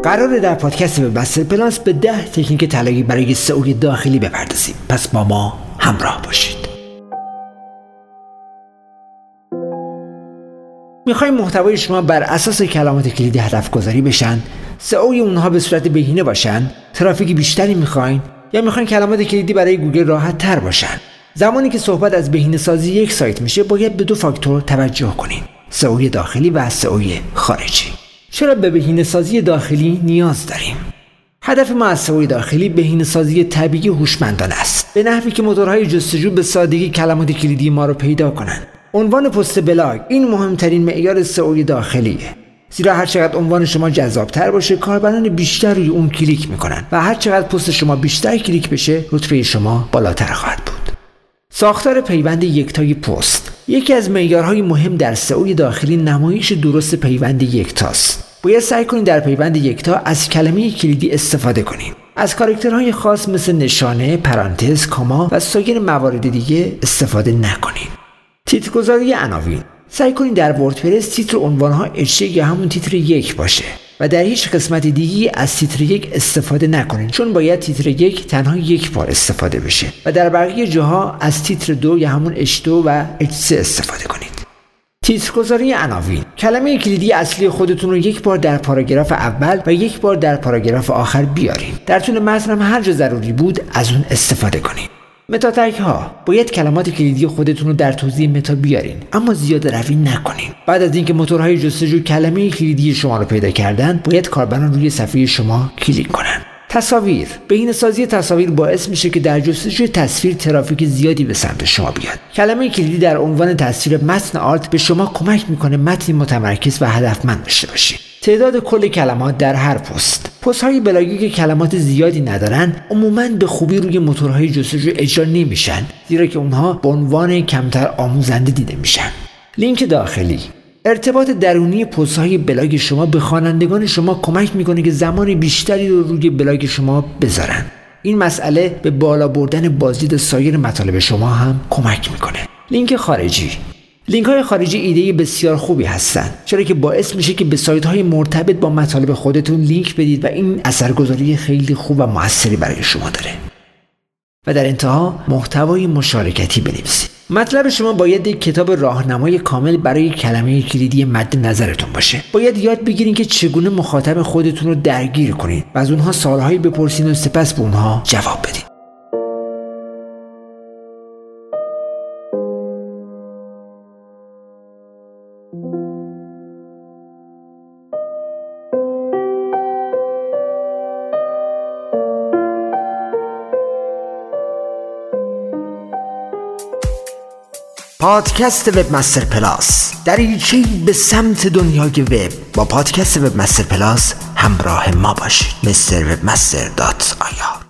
قراره در پادکست وبمستر پلاس به 10 تکنیک طلایی برای سئو داخلی بپردازیم. پس با ما همراه باشید. میخوایم محتوای شما بر اساس کلمات کلیدی هدف گذاری بشن، سئوی اونها به صورت بهینه باشن، ترافیک بیشتری میخواین یا میخواین کلمات کلیدی برای گوگل راحت تر باشن. زمانی که صحبت از بهینه سازی یک سایت میشه باید به 2 فاکتور توجه کنین: سئوی داخلی و سئوی خارجی. چرا به بهینه سازی داخلی نیاز داریم؟ هدف ما از سئوی داخلی بهینه سازی طبیعی هوشمندانه است، به نحوی که موتورهای جستجو به سادگی کلمات کلیدی ما رو پیدا کنن. عنوان پست بلاگ این مهمترین معیار سئوی داخلیه، زیرا هر چقدر عنوان شما جذابتر باشه کاربران بیشتر روی اون کلیک میکنن و هر چقدر پست شما بیشتر کلیک بشه رتبه شما بالاتر خواهد بود. ساختار پیوند یکتای پست یکی از معیارهای مهم در سئوی داخلی نمایش درست پیوند یکتاست. باید سعی کنید در پیوند یکتا از کلمه کلیدی استفاده کنید. از کاراکترهای خاص مثل نشانه، پرانتز، کاما و سایر موارد دیگه استفاده نکنید. تیترگذاری عناوین سعی کنید در وردپرس تیتر عنوانها اچ یا همون تیتر 1 باشه و در هیچ قسمت دیگی از تیتر 1 استفاده نکنید، چون باید تیتر 1 تنها یک بار استفاده بشه و در بقیه جاها از تیتر 2 یا همون H2 و H3 استفاده کنید. تیترگذاری عناوین کلمه کلیدی اصلی خودتون رو یک بار در پاراگراف اول و یک بار در پاراگراف آخر بیارین. در طول متن هم هر جا ضروری بود از اون استفاده کنید. متا تگ ها باید کلمات کلیدی خودتون رو در توضیح متا بیارین، اما زیاده روی نکنین. بعد از اینکه موتورهای جستجو کلمه کلیدی شما رو پیدا کردن باید کاربران روی صفحه شما کلیک کنن. تصاویر بهینه‌سازی تصاویر باعث میشه که در جستجوی تصویر ترافیک زیادی به سمت شما بیاد. کلمه کلیدی در عنوان تصویر متن آرت به شما کمک میکنه متنی متمرکز و هدفمند داشته باشید. تعداد کل کلمات در هر پست های بلاگی که کلمات زیادی ندارن عموماً به خوبی روی موتورهای جستجو اجرا نمیشن، زیرا که اونها به عنوان کمتر آموزنده دیده میشن. لینک داخلی ارتباط درونی پست‌های بلاگ شما به خوانندگان شما کمک میکنه که زمان بیشتری رو روی بلاگ شما بذارن. این مسئله به بالا بردن بازدید سایر مطالب شما هم کمک میکنه. لینک خارجی لینک‌های خارجی ایده بسیار خوبی هستن، چرا که باعث میشه که به سایت‌های مرتبط با مطالب خودتون لینک بدید و این اثرگذاری خیلی خوب و موثری برای شما داره. و در انتها محتوای مشارکتی بنویسید. مطلب شما باید یک کتاب راهنمای کامل برای کلمه کلیدی مد نظرتون باشه. باید یاد بگیرین که چگونه مخاطب خودتون رو درگیر کنید و از اونها سوالهایی بپرسین و سپس به اونها جواب بدید. پادکست وبمستر پلاس، دریچه‌ای به سمت دنیای وب. با پادکست وبمستر پلاس همراه ما باشید. mrwebmaster.ir